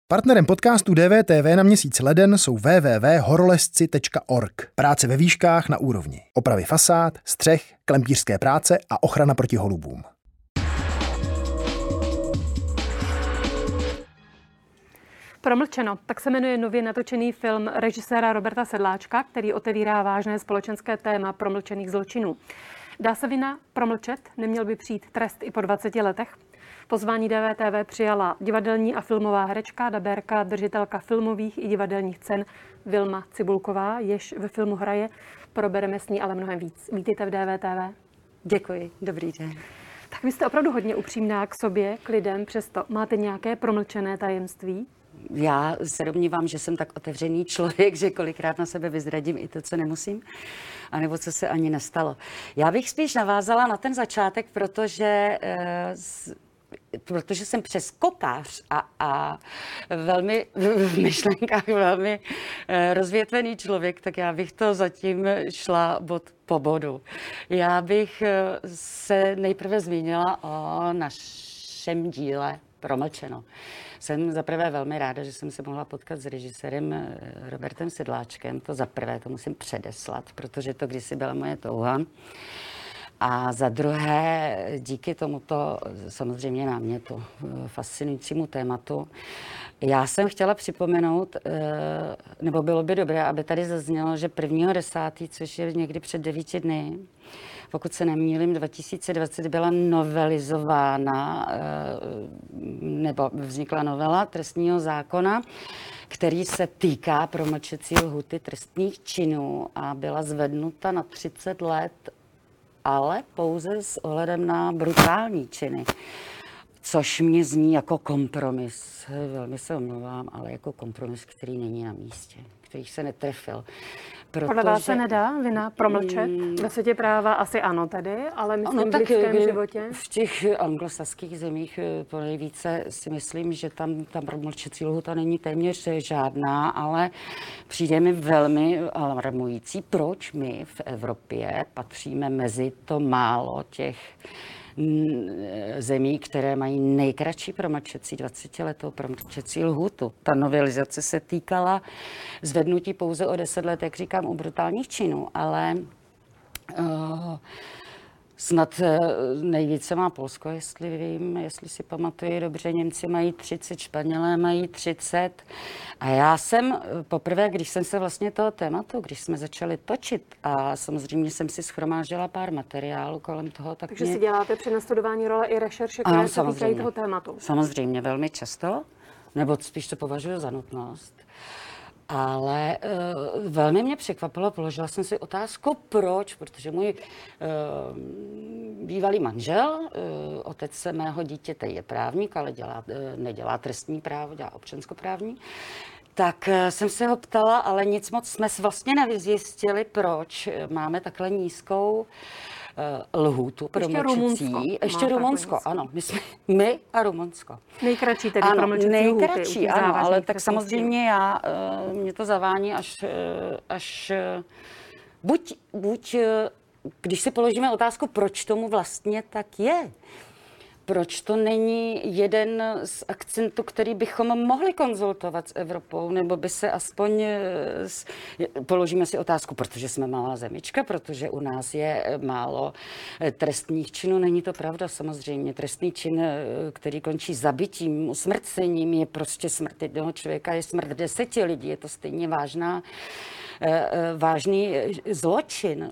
Partnerem podcastu DVTV na měsíc leden jsou www.horolezci.org. Práce ve výškách na úrovni. Opravy fasád, střech, klempířské práce a ochrana proti holubům. Promlčeno, tak se jmenuje nově natočený film režiséra Roberta Sedláčka, který otevírá vážné společenské téma promlčených zločinů. Dá se vina promlčet? Neměl by přijít trest i po 20 letech? Pozvání DVTV přijala divadelní a filmová herečka, dabérka, držitelka filmových i divadelních cen Vilma Cibulková, jež ve filmu hraje. Probereme s ní ale mnohem víc. Vítejte v DVTV. Děkuji, dobrý den. Tak vy jste opravdu hodně upřímná k sobě, k lidem, přesto máte nějaké promlčené tajemství? Já se domnívám, že jsem tak otevřený člověk, že kolikrát na sebe vyzradím i to, co nemusím, anebo co se ani nestalo. Já bych spíš navázala na ten začátek, protože jsem přeskokář a velmi v myšlenkách velmi rozvětvený člověk, tak já bych to zatím šla bod po bodu. Já bych se nejprve zmínila o našem díle Promlčeno. Jsem zaprvé velmi ráda, že jsem se mohla potkat s režisérem Robertem Sedláčkem. To zaprvé, to musím předeslat, protože to kdysi byla moje touha. A za druhé, díky tomuto samozřejmě námětu, fascinujícímu tématu, já jsem chtěla připomenout, nebo bylo by dobré, aby tady zaznělo, že 1.10., což je někdy před 9 dny, pokud se nemýlím, 2020 byla novelizována, nebo vznikla novela trestního zákona, který se týká promlčecí lhůty trestných činů a byla zvednuta na 30 let, ale pouze s ohledem na brutální činy. Což mě zní jako kompromis. Velmi se omlouvám, ale jako kompromis, který není na místě, který se netrefil. Podle vás se nedá vina promlčet? Ve světě práva asi ano tedy, ale myslím v lidském životě? V těch anglosaských zemích ponejvíce si myslím, že tam promlčecí lhůta není téměř žádná, ale přijde mi velmi alarmující, proč my v Evropě patříme mezi to málo těch zemí, které mají nejkratší promlčecí 20letou promlčecí lhůtu. Ta novelizace se týkala zvednutí pouze o 10 let, jak říkám, u brutálních činů, ale snad nejvíce má Polsko, jestli vím, jestli si pamatuju dobře, Němci mají 30, Španělé mají 30. A já jsem poprvé, když jsem se vlastně toho tématu, když jsme začali točit a samozřejmě jsem si shromáždila pár materiálů kolem toho, tak Takže si děláte při nastudování role i rešerše, které se týkají toho tématu? Samozřejmě, velmi často, nebo spíš to považuji za nutnost. Ale velmi mě překvapilo, položila jsem si otázku, proč, protože můj bývalý manžel, otec mého dítěte je právník, ale nedělá trestní právo, dělá občanskoprávní, tak jsem se ho ptala, ale nic moc jsme vlastně nevyzjistili, proč máme takhle nízkou lhůtu promlčecí. Ještě Rumunsko, ano. My a Rumunsko. Nejkratší tedy promlčecí lhůty. Nejkratší, ano, ale tak samozřejmě mě to zavání až buď, když si položíme otázku, proč tomu vlastně tak je. Proč to není jeden z akcentů, který bychom mohli konzultovat s Evropou, nebo by se aspoň položíme si otázku, protože jsme malá zemička, protože u nás je málo trestných činů. Není to pravda, samozřejmě. Trestný čin, který končí zabitím, usmrcením, je prostě smrt jednoho člověka, je smrt 10 lidí. Je to stejně vážný zločin.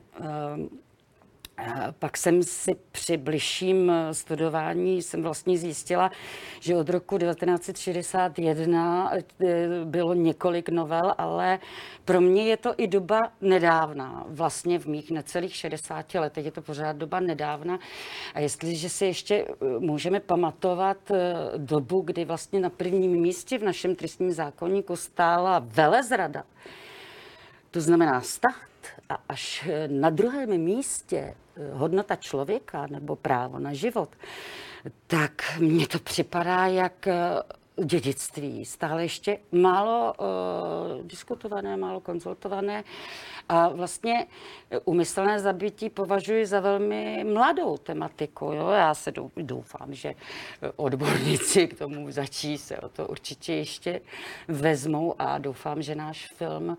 Pak jsem si při bližším studování jsem vlastně zjistila, že od roku 1961 bylo několik novel, ale pro mě je to i doba nedávná. Vlastně v mých necelých 60 letech je to pořád doba nedávna. A jestliže si ještě můžeme pamatovat dobu, kdy vlastně na prvním místě v našem trestním zákoníku stála velezrada, to znamená stát, a až na druhém místě hodnota člověka nebo právo na život, tak mně to připadá jak dědictví, stále ještě málo diskutované, málo konzultované. A vlastně úmyslné zabití považuji za velmi mladou tematiku. Jo? Já se doufám, že odborníci k tomu začí se o to určitě ještě vezmou a doufám, že náš film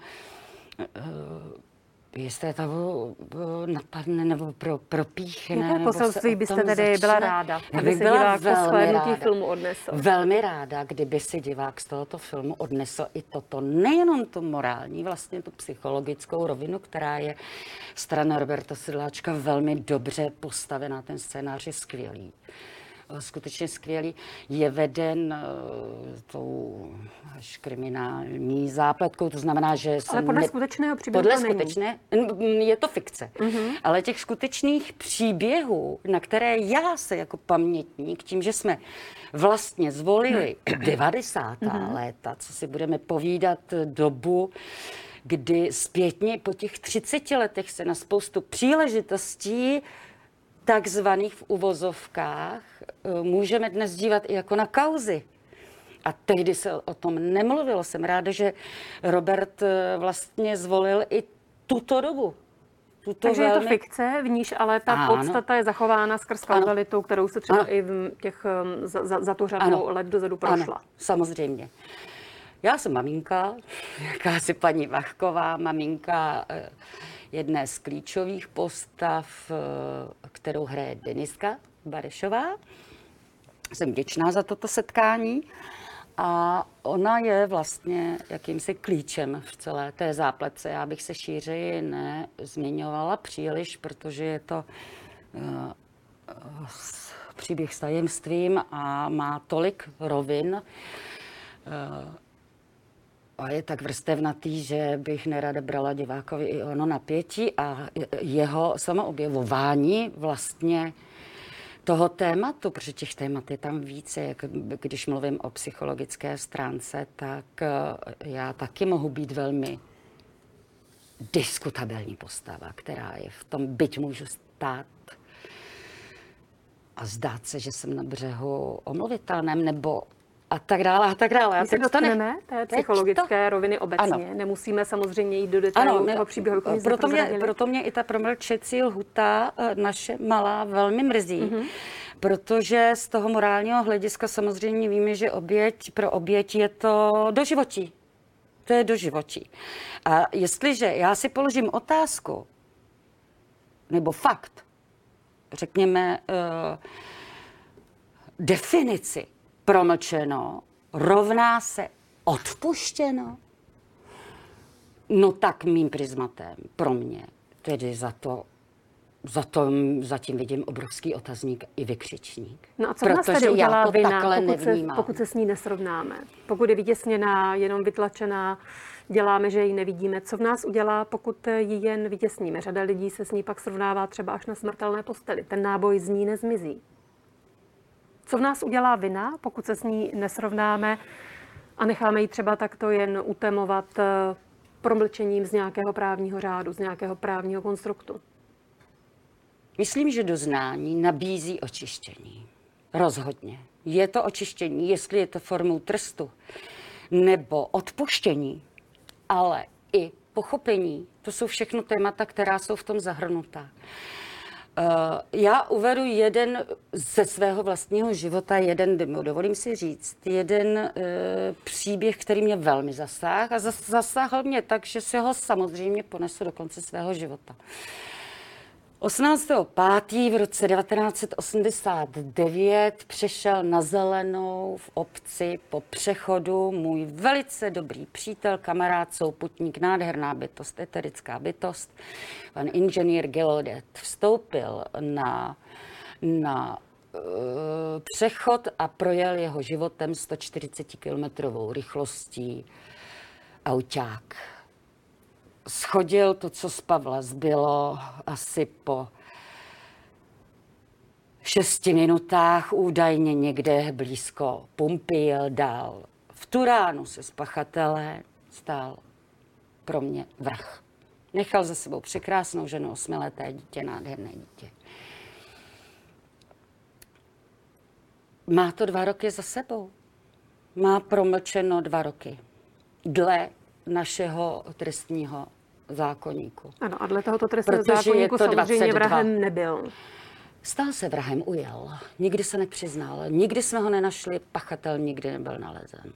jestli to napadne nebo propíchne. Jaké poselství byste tedy byla ráda, aby se divák po shlédnutí filmu odnesl? Velmi ráda, kdyby si divák z tohoto filmu odnesl i toto, nejenom tu morální, vlastně tu psychologickou rovinu, která je strana Roberta Sedláčka velmi dobře postavená, ten scénář je skvělý. Skutečně skvělý, je veden tou až kriminální zápletkou, to znamená, že... Ale podle skutečného příběhu to není. Je to fikce. Ale těch skutečných příběhů, na které já se jako pamětník, tím, že jsme vlastně zvolili 90. léta, co si budeme povídat, dobu, kdy zpětně po těch 30 letech se na spoustu příležitostí takzvaných v uvozovkách můžeme dnes dívat i jako na kauzy. A tehdy se o tom nemluvilo. Jsem ráda, že Robert vlastně zvolil i tuto dobu. Takže je to fikce, v níž ale ta podstata je zachována skrz kauzalitu, kterou se třeba i v těch za tu řadu let dozadu prošla. Ano, samozřejmě. Já jsem maminka, jakási paní Vachková, maminka jedné z klíčových postav, kterou hraje Deniska Barešová. Jsem vděčná za toto setkání a ona je vlastně jakýmsi klíčem v celé té zápletce. Já bych se šířeji nezmiňovala příliš, protože je to příběh s tajemstvím a má tolik rovin, a je tak vrstevnatý, že bych nerada brala divákovi i ono napětí a jeho samoobjevování vlastně toho tématu, protože těch témat je tam více. Jak když mluvím o psychologické stránce, tak já taky mohu být velmi diskutabilní postava, která je v tom, byť můžu stát a zdát se, že jsem na břehu omluvitelném, nebo a tak dále, a tak dále. My se dostaneme té psychologické roviny obecně. Ano. Nemusíme samozřejmě jít do detailů toho příběhu. Proto mě i ta promlčecí lhuta naše malá velmi mrzí. Protože z toho morálního hlediska samozřejmě víme, že pro oběť je to doživotí. To je doživotí. A jestliže já si položím otázku, nebo fakt, řekněme, definici, promlčeno rovná se odpuštěno. No tak mým prismatem pro mě, tedy zatím vidím obrovský otazník i vykřičník. No a co nás tedy udělá vina, pokud se s ní nesrovnáme? Pokud je vytěsněná, jenom vytlačená, děláme, že ji nevidíme. Co v nás udělá, pokud ji jen vytěsníme? Řada lidí se s ní pak srovnává třeba až na smrtelné posteli. Ten náboj z ní nezmizí. Co v nás udělá vina, pokud se s ní nesrovnáme a necháme ji třeba takto jen utemovat promlčením z nějakého právního řádu, z nějakého právního konstruktu? Myslím, že doznání nabízí očištění. Rozhodně. Je to očištění, jestli je to formou trestu nebo odpuštění, ale i pochopení. To jsou všechno témata, která jsou v tom zahrnutá. Já uvedu jeden ze svého vlastního života, dovolím si říct, jeden příběh, který mě velmi zasáhl a zasáhl mě tak, že si ho samozřejmě ponesu do konce svého života. 18.5. v roce 1989 přišel na Zelenou v obci po přechodu můj velice dobrý přítel, kamarád, souputník, nádherná bytost, eterická bytost, pan inženýr geodet. Vstoupil na přechod a projel jeho životem 140 kilometrovou rychlostí auťák. Schodil to, co z Pavla zbylo, asi po 6 minutách, údajně někde blízko pumpy jel dál. V tu ránu se z pachatele stal pro mě vrch. Nechal za sebou překrásnou ženu, 8leté dítě, nádherné dítě. Má to 2 roky za sebou. má promlčeno 2 roky. Dle našeho trestního zákoníku. Ano, a dle tohoto trestního zákoníku samozřejmě 22. vrahem nebyl. Stal se vrahem, ujel. Nikdy se nepřiznal. Nikdy jsme ho nenašli, pachatel nikdy nebyl nalezen.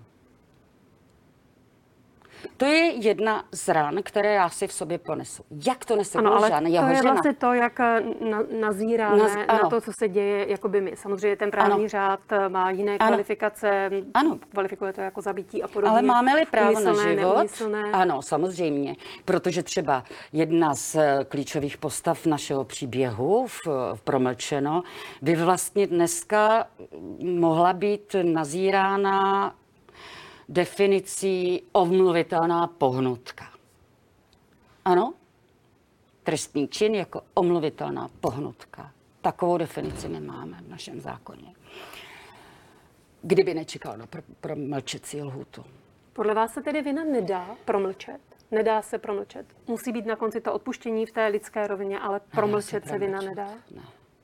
To je jedna z ran, které já si v sobě ponesu. Jak to nese Božan, jeho to je žena? vlastně to, jak nazíráme na to, co se děje jakoby my. Samozřejmě ten právní řád má jiné kvalifikace, kvalifikuje to jako zabití a podobně. Ale máme-li právo na život? Neumyslné. Ano, samozřejmě. Protože třeba jedna z klíčových postav našeho příběhu v Promlčeno by vlastně dneska mohla být nazírána definicí omluvitelná pohnutka. Ano, trestný čin jako omluvitelná pohnutka. Takovou definici nemáme v našem zákoně. Kdyby nečekal na promlčecí lhůtu. Podle vás se tedy vina nedá promlčet? Nedá se promlčet. Musí být na konci to odpuštění v té lidské rovině, ale promlčet se vina nedá? Ne.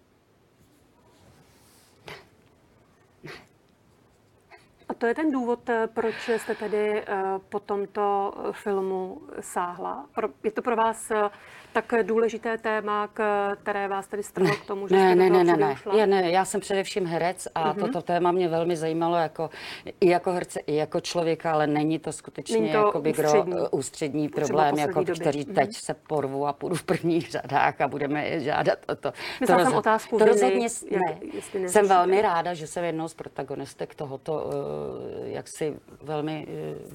A to je ten důvod, proč jste tedy po tomto filmu sáhla? Je to pro vás tak důležité téma, které vás tedy strhlo k tomu, že jste do toho příběhu šla? Ne, já jsem především herec a toto téma mě velmi zajímalo i jako herce, i jako člověka, ale není to skutečně jakoby ústřední problém, jako který teď se porvu a půjdu v prvních řadách a budeme žádat o to. Myslela jsem otázku to viny, rozhodně ne. Jsem velmi ráda, že jsem jednou z protagonistek tohoto jaksi velmi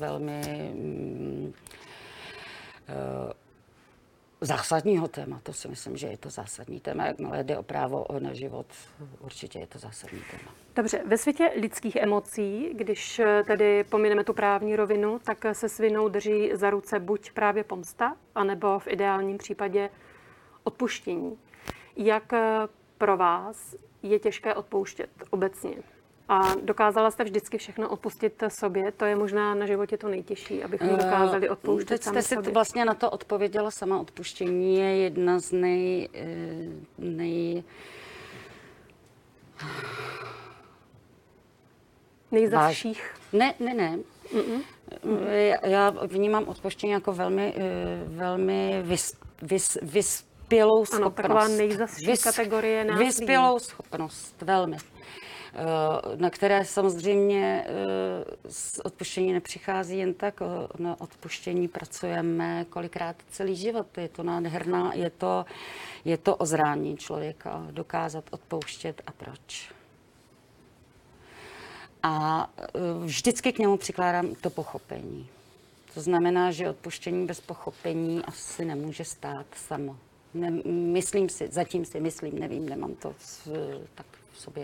zásadního tématu. Si myslím, že je to zásadní téma. Jakmile jde o právo na život, určitě je to zásadní téma. Dobře, ve světě lidských emocí, když tedy pomineme tu právní rovinu, tak se s vinou drží za ruce buď právě pomsta, anebo v ideálním případě odpuštění. Jak pro vás je těžké odpouštět obecně? A dokázala jste vždycky všechno odpustit sobě? To je možná na životě to nejtěžší, abychom dokázali odpouštět sami sobě. Teď jste si vlastně na to odpověděla sama. Odpuštění je jedna z nejzazších. Ne. Já vnímám odpuštění jako velmi vyspělou schopnost. Ano, taková nejzazší kategorie násilí. Vyspělou schopnost, velmi. Na které samozřejmě s odpuštění nepřichází jen tak. Na odpuštění pracujeme kolikrát celý život. Je to nádherná, je to ozrání člověka, dokázat odpouštět a proč. A vždycky k němu přikládám to pochopení. To znamená, že odpuštění bez pochopení asi nemůže stát samo. Zatím si myslím, nevím, nemám to tak v sobě.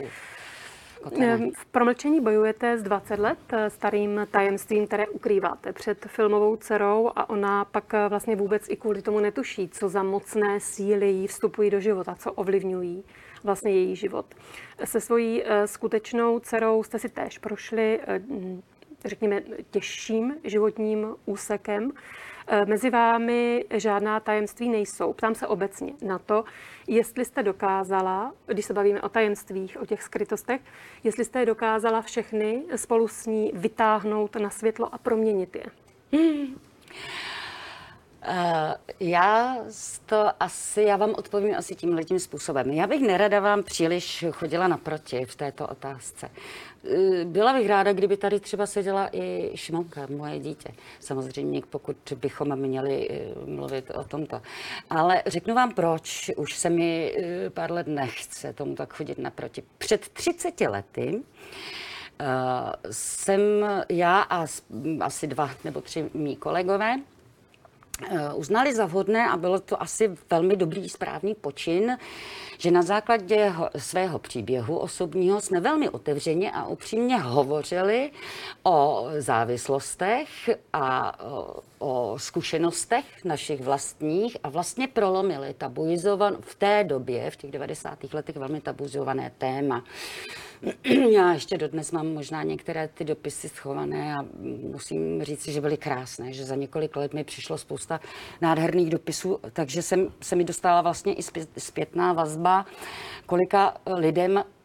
V Promlčení bojujete z 20 let starým tajemstvím, které ukrýváte před filmovou dcerou a ona pak vlastně vůbec i kvůli tomu netuší, co za mocné síly jí vstupují do života, co ovlivňují vlastně její život. Se svojí skutečnou dcerou jste si též prošli, řekněme, těžším životním úsekem. Mezi vámi žádná tajemství nejsou. Ptám se obecně na to, jestli jste dokázala, když se bavíme o tajemstvích, o těch skrytostech, jestli jste je dokázala všechny spolu s ní vytáhnout na světlo a proměnit je. Já vám odpovím asi tímhletím způsobem. Já bych nerada vám příliš chodila naproti v této otázce. Byla bych ráda, kdyby tady třeba seděla i Šimonka, moje dítě. Samozřejmě, pokud bychom měli mluvit o tomto. Ale řeknu vám proč. Už se mi pár let nechce tomu tak chodit naproti. Před 30 lety jsem já a asi 2 nebo 3 mý kolegové uznali za vhodné, a bylo to asi velmi dobrý, správný počin, že na základě svého příběhu osobního jsme velmi otevřeně a upřímně hovořili o závislostech a o zkušenostech našich vlastních a vlastně prolomili v té době, v těch 90. letech, velmi tabuizované téma. Já ještě dodnes mám možná některé ty dopisy schované a musím říct, že byly krásné, že za několik let mi přišlo spousta nádherných dopisů, takže se mi dostala vlastně i zpětná vazba, kolika lidem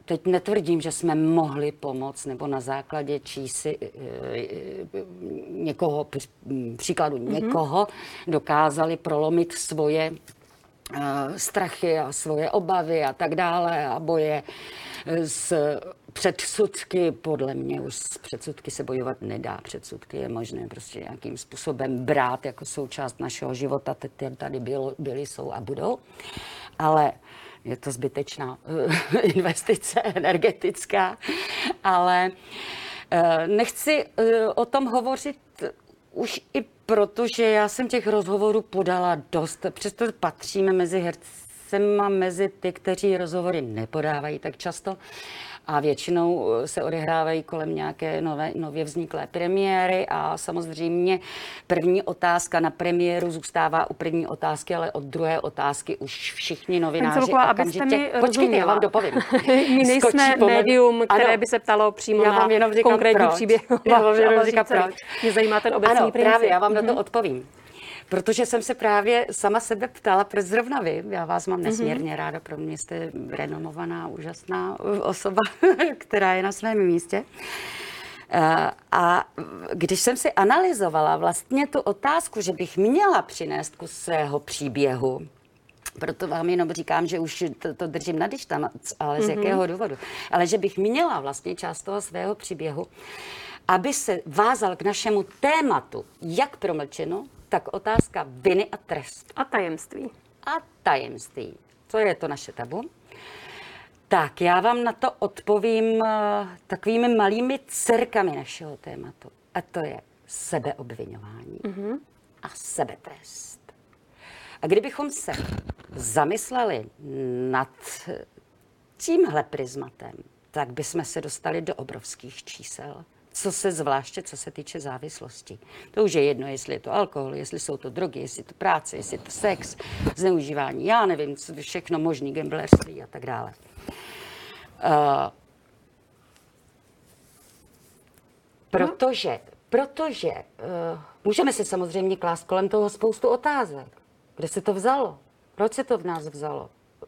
teď netvrdím, že jsme mohli pomoct nebo na základě čísi někoho, příkladu někoho, dokázali prolomit svoje strachy a svoje obavy a tak dále a boje s předsudky. Podle mě už s předsudky se bojovat nedá. Předsudky je možné prostě nějakým způsobem brát jako součást našeho života. Tady byly, jsou a budou. Ale je to zbytečná investice energetická. Ale nechci o tom hovořit už i proto, že já jsem těch rozhovorů podala dost. Přesto patříme mezi hercema, mezi ty, kteří rozhovory nepodávají tak často. A většinou se odehrávají kolem nějaké nově vzniklé premiéry a samozřejmě první otázka na premiéru zůstává u první otázky, ale od druhé otázky už všichni novináři okamžitě... Počkejte, já vám dopovím. My nejsme médium, které by se ptalo přímo na konkrétní příběh. Já vám jenom říkám proč. Mě zajímá ten obecný princip. Právě, já vám na to odpovím. Protože jsem se právě sama sebe ptala, proč zrovna vy. Já vás mám nesmírně ráda, pro mě jste renomovaná, úžasná osoba, která je na svém místě. A když jsem si analyzovala vlastně tu otázku, že bych měla přinést kus svého příběhu, proto vám jenom říkám, že už to držím na distanc, ale z jakého důvodu. Ale že bych měla vlastně část toho svého příběhu, aby se vázal k našemu tématu, jak promlčeno, tak otázka viny a trest. A tajemství. A tajemství. To je to naše tabu. Tak, já vám na to odpovím takovými malými dcerkami našeho tématu. A to je sebeobviňování a sebetrest. A kdybychom se zamysleli nad tímhle prismatem, tak bychom se dostali do obrovských čísel. Zvláště co se týče závislosti. To už je jedno, jestli je to alkohol, jestli jsou to drogy, jestli je to práce, jestli je to sex, zneužívání, já nevím, co všechno možný, gamblerství a tak dále. Protože můžeme si samozřejmě klást kolem toho spoustu otázek. Kde se to vzalo? Proč se to v nás vzalo?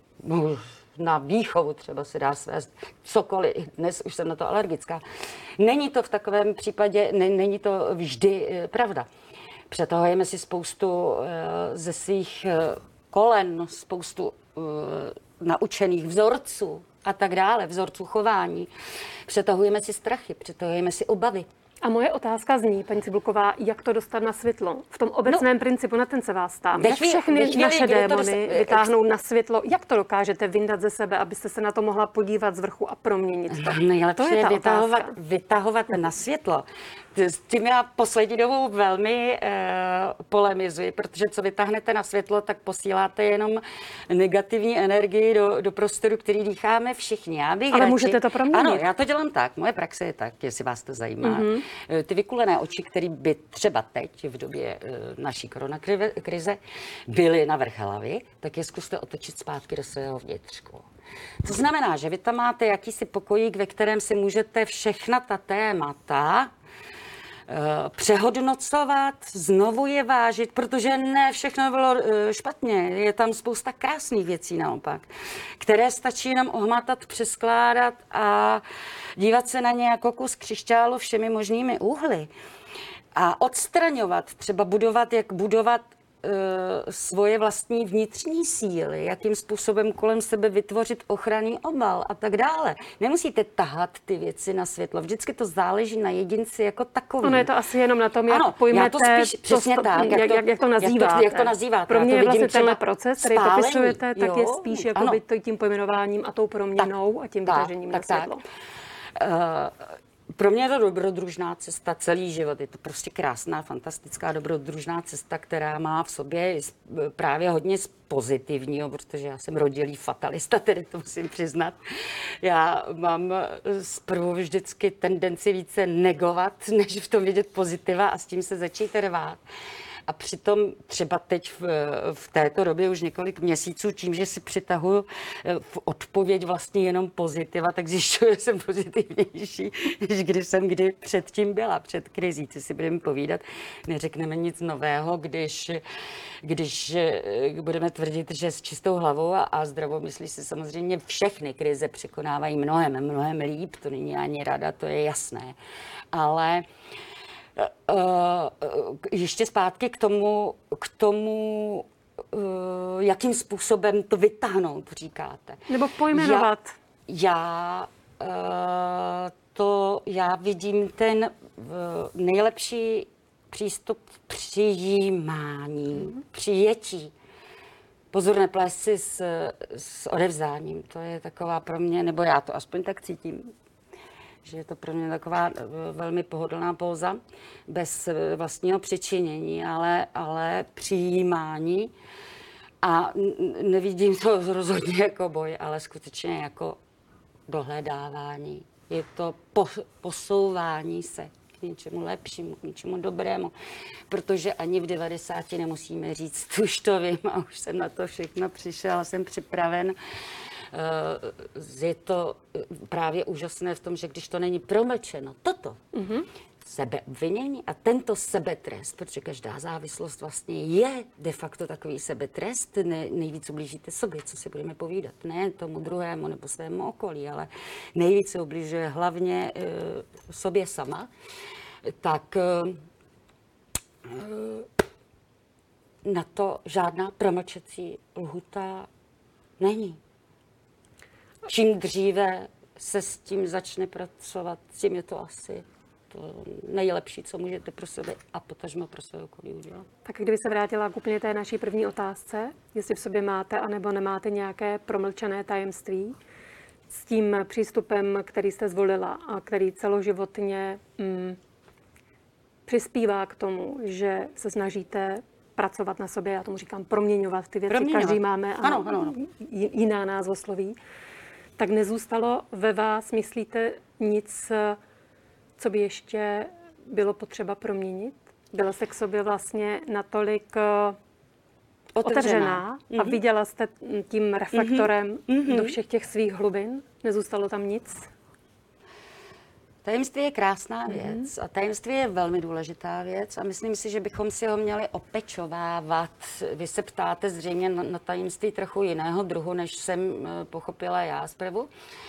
Na výchovu třeba se dá svést cokoliv. Dnes už jsem na to alergická. Není to v takovém případě, není to vždy pravda. Přetahujeme si spoustu ze svých kolen, spoustu naučených vzorců a tak dále, vzorců chování. Přetahujeme si strachy, přetahujeme si obavy. A moje otázka zní, paní Cibulková, jak to dostat na světlo? V tom obecném principu, na ten se vás ptám. Jak všechny naše démony vytáhnout na světlo? Jak to dokážete vyndat ze sebe, abyste se na to mohla podívat z vrchu a proměnit to? Nejlepší je vytahovat na světlo. S tím já poslední dobou velmi polemizuji, protože co vytáhnete na světlo, tak posíláte jenom negativní energii do prostoru, který dýcháme všichni. Ale můžete to proměnit. Ano, já to dělám tak. Moje praxe je tak, jestli vás to zajímá. Ty vykulené oči, které by třeba teď v době naší koronakrize byly na vrch hlavy, tak je zkuste otočit zpátky do svého vnitřku. To znamená, že vy tam máte jakýsi pokojík, ve kterém si můžete všechna ta témata přehodnocovat, znovu je vážit, protože ne všechno bylo špatně. Je tam spousta krásných věcí naopak, které stačí nám ohmatat, přeskládat a dívat se na ně jako kus křišťálu všemi možnými úhly. A odstraňovat, třeba budovat svoje vlastní vnitřní síly, jakým způsobem kolem sebe vytvořit ochranný obal a tak dále. Nemusíte tahat ty věci na světlo. Vždycky to záleží na jedinci jako takový. Ono je to asi jenom na tom, jak pojmete, jak to nazýváte. Jak to nazýváte. Pro mě je vlastně tenhle proces, který popisujete, tak je spíš jako tím pojmenováním a tou proměnou a tím vytažením na světlo. Pro mě je to dobrodružná cesta celý život. Je to prostě krásná, fantastická dobrodružná cesta, která má v sobě právě hodně z pozitivního, protože já jsem rodilý fatalista, tedy to musím přiznat. Já mám zprvu vždycky tendenci více negovat, než v tom vidět pozitiva a s tím se začít rvát. A přitom třeba teď v této době už několik měsíců, tím, že si přitahuju v odpověď vlastně jenom pozitiva, tak zjišťuju, že jsem pozitivnější, než když jsem kdy předtím byla, před krizí. Co si budeme povídat, neřekneme nic nového, když budeme tvrdit, že s čistou hlavou a zdravou myslí si samozřejmě všechny krize překonávají mnohem líp, to není ani rada, to je jasné. Ale ještě zpátky k tomu, jakým způsobem to vytáhnout, říkáte. Nebo pojmenovat. Já vidím ten nejlepší přístup přijímání, přijetí. Pozor, neplést si s odevzdáním. To je taková pro mě, nebo já to aspoň tak cítím, že je to pro mě taková velmi pohodlná póza, bez vlastního přičinění, ale přijímání. A nevidím to rozhodně jako boj, ale skutečně jako dohledávání. Je to posouvání se k něčemu lepšímu, k něčemu dobrému. Protože ani v 90 nemusíme říct, už to vím a už jsem na to všechno přišel, jsem připraven. Je to právě úžasné v tom, že když to není promlčeno, toto sebeobvinění a tento sebetrest, protože každá závislost vlastně je de facto takový sebetrest, nejvíc ublížíte sobě, co si budeme povídat, ne tomu druhému nebo svému okolí, ale nejvíc se ubližuje hlavně sobě sama, tak na to žádná promlčecí lhuta není. Čím dříve se s tím začne pracovat, tím je to asi to nejlepší, co můžete pro sebe a potažmo pro své okolí udělat. Tak kdyby se vrátila k úplně té naší první otázce, jestli v sobě máte anebo nemáte nějaké promlčené tajemství, s tím přístupem, který jste zvolila a který celoživotně přispívá k tomu, že se snažíte pracovat na sobě, já tomu říkám proměňovat ty věci, každý máme a ano. jiná názvosloví, tak nezůstalo ve vás, myslíte, nic, co by ještě bylo potřeba proměnit? Byla jste k sobě vlastně natolik otevřená a viděla jste tím reflektorem do všech těch svých hlubin? Nezůstalo tam nic? Tajemství je krásná věc a tajemství je velmi důležitá věc a myslím si, že bychom si ho měli opečovávat. Vy se ptáte zřejmě na tajemství trochu jiného druhu, než jsem pochopila já zprvu.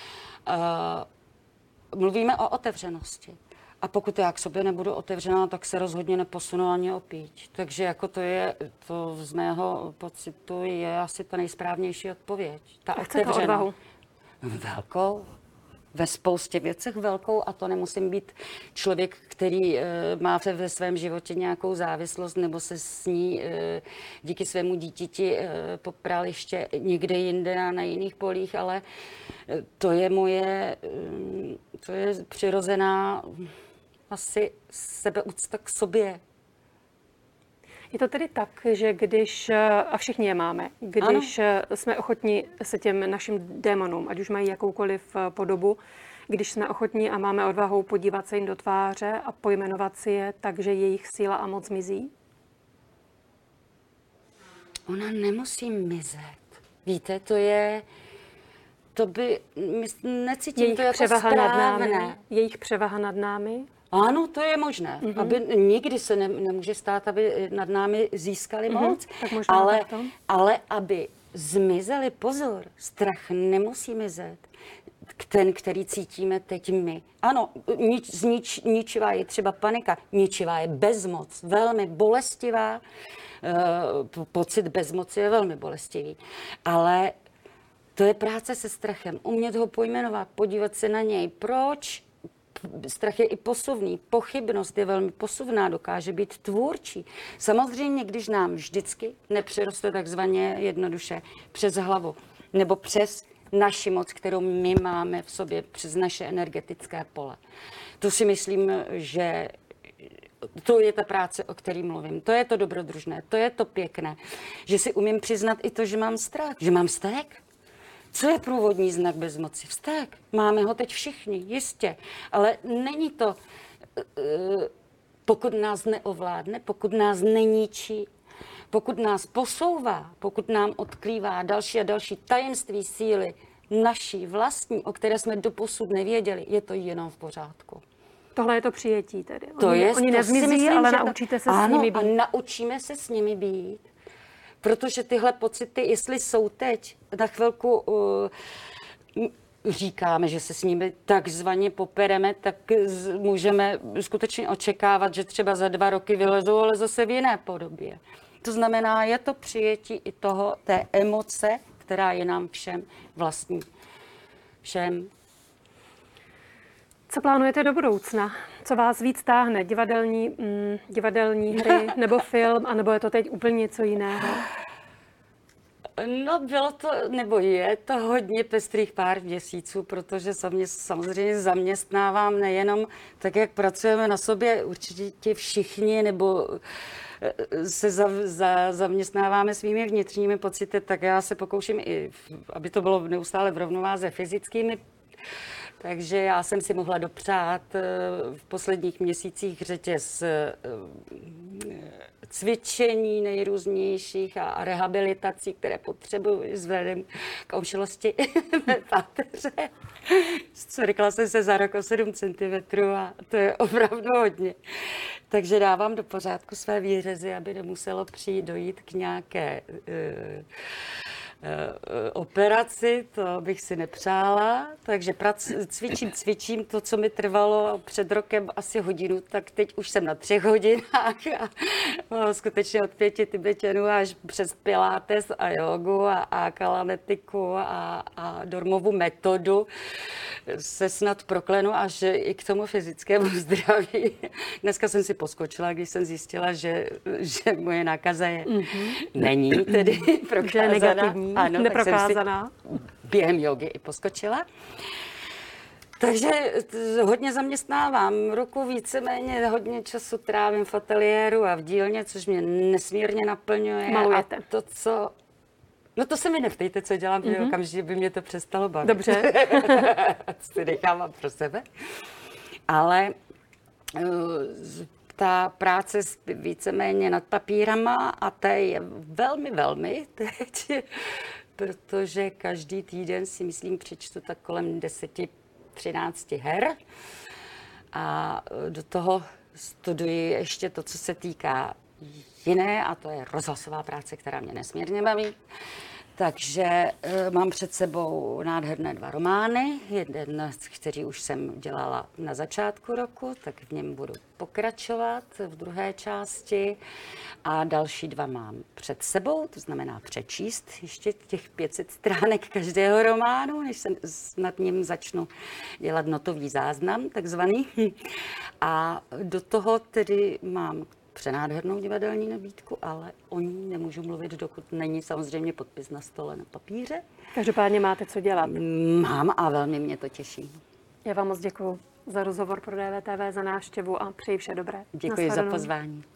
Mluvíme o otevřenosti. A pokud já k sobě nebudu otevřená, tak se rozhodně neposunu ani o píď. Takže jako to z mého pocitu je asi ta nejsprávnější odpověď. Ta otevřená. Odvahu? Velkou. Ve spoustě věcech velkou a to nemusím být člověk, který má ve svém životě nějakou závislost nebo se s ní díky svému dítěti popral ještě někde jinde a na jiných polích, ale to je přirozená asi sebeúcta k sobě. Je to tedy tak, že když, a všichni je máme, když jsme ochotni se těm našim démonům, ať už mají jakoukoliv podobu, když jsme ochotní a máme odvahu podívat se jim do tváře a pojmenovat si je, takže jejich síla a moc mizí? Ona nemusí mizet. Víte, necítím to jako správné. Jejich převaha nad námi? Ano, to je možné. Aby nikdy se nemůže stát, aby nad námi získali moc. Ale aby zmizeli, pozor, strach nemusí mizet. Ten, který cítíme teď my. Ano, ničivá je třeba panika, ničivá je bezmoc, velmi bolestivá. Pocit bezmoci je velmi bolestivý. Ale to je práce se strachem. Umět ho pojmenovat, podívat se na něj. Proč? Strach je i posuvný. Pochybnost je velmi posuvná, dokáže být tvůrčí. Samozřejmě, když nám vždycky nepřiroste takzvaně jednoduše přes hlavu nebo přes naši moc, kterou my máme v sobě, přes naše energetické pole. To si myslím, že to je ta práce, o které mluvím. To je to dobrodružné, to je to pěkné, že si umím přiznat i to, že mám strach. Že mám vztek? Co je průvodní znak bezmoci? Vztek. Máme ho teď všichni, jistě. Ale není to pokud nás neovládne, pokud nás neníčí, pokud nás posouvá, pokud nám odkrývá další a další tajemství síly naší vlastní, o které jsme doposud nevěděli, je to jenom v pořádku. Tohle je to přijetí tedy. Oni nezmizí, myslím, ale že naučíte se s nimi být. A naučíme se s nimi být. Protože tyhle pocity, jestli jsou teď, na chvilku říkáme, že se s nimi takzvaně popereme, tak můžeme skutečně očekávat, že třeba za 2 roky vylezou, ale zase v jiné podobě. To znamená, je to přijetí i té emoce, která je nám všem vlastní. Všem. Co plánujete do budoucna? Co vás víc táhne? Divadelní hry nebo film? A nebo je to teď úplně něco jiného? No bylo to, nebo je to hodně pestrých pár měsíců, protože samozřejmě zaměstnávám nejenom tak, jak pracujeme na sobě, určitě všichni, nebo se zaměstnáváme svými vnitřními pocity, tak já se pokouším i, aby to bylo neustále v rovnováze fyzickými. Takže já jsem si mohla dopřát v posledních měsících řetěz cvičení nejrůznějších a rehabilitací, které potřebuji vzhledem k omšilosti mé páteře. Zcvrkla jsem se za rok o 7 cm a to je opravdu hodně. Takže dávám do pořádku své výřezy, aby nemuselo dojít k nějaké operaci, to bych si nepřála, takže cvičím to, co mi trvalo před rokem asi hodinu, tak teď už jsem na 3 hodinách a mám skutečně od 5 Tibetanů až přes pilates a jogu a kalametiku a Dormovu metodu se snad proklenu až i k tomu fyzickému zdraví. Dneska jsem si poskočila, když jsem zjistila, že moje nákaza není tedy prokázaná. Ano, neprokázaná. Během jogy i poskočila. Takže hodně zaměstnávám. Ruku víceméně hodně času trávím v ateliéru a v dílně, což mě nesmírně naplňuje. Malujete. A to, co... No to se mi neptejte, co dělám, protože okamžitě by mě to přestalo bavit. Dobře. si nechávám pro sebe. Ale ta práce víceméně nad papírama a ta je velmi, velmi teď, protože každý týden si myslím přečtu tak kolem 10-13 her a do toho studuji ještě to, co se týká jiné, a to je rozhlasová práce, která mě nesmírně baví. Takže mám před sebou nádherné 2 romány. Jeden, který už jsem dělala na začátku roku, tak v něm budu pokračovat v druhé části. A další 2 mám před sebou, to znamená přečíst ještě těch 500 stránek každého románu, než se nad ním začnu dělat notový záznam, takzvaný. A do toho tedy mám přenádhernou divadelní nabídku, ale o ní nemůžu mluvit, dokud není samozřejmě podpis na stole na papíře. Každopádně máte co dělat. Mám a velmi mě to těší. Já vám moc děkuju za rozhovor pro DVTV, za návštěvu a přeji vše dobré. Děkuji za pozvání.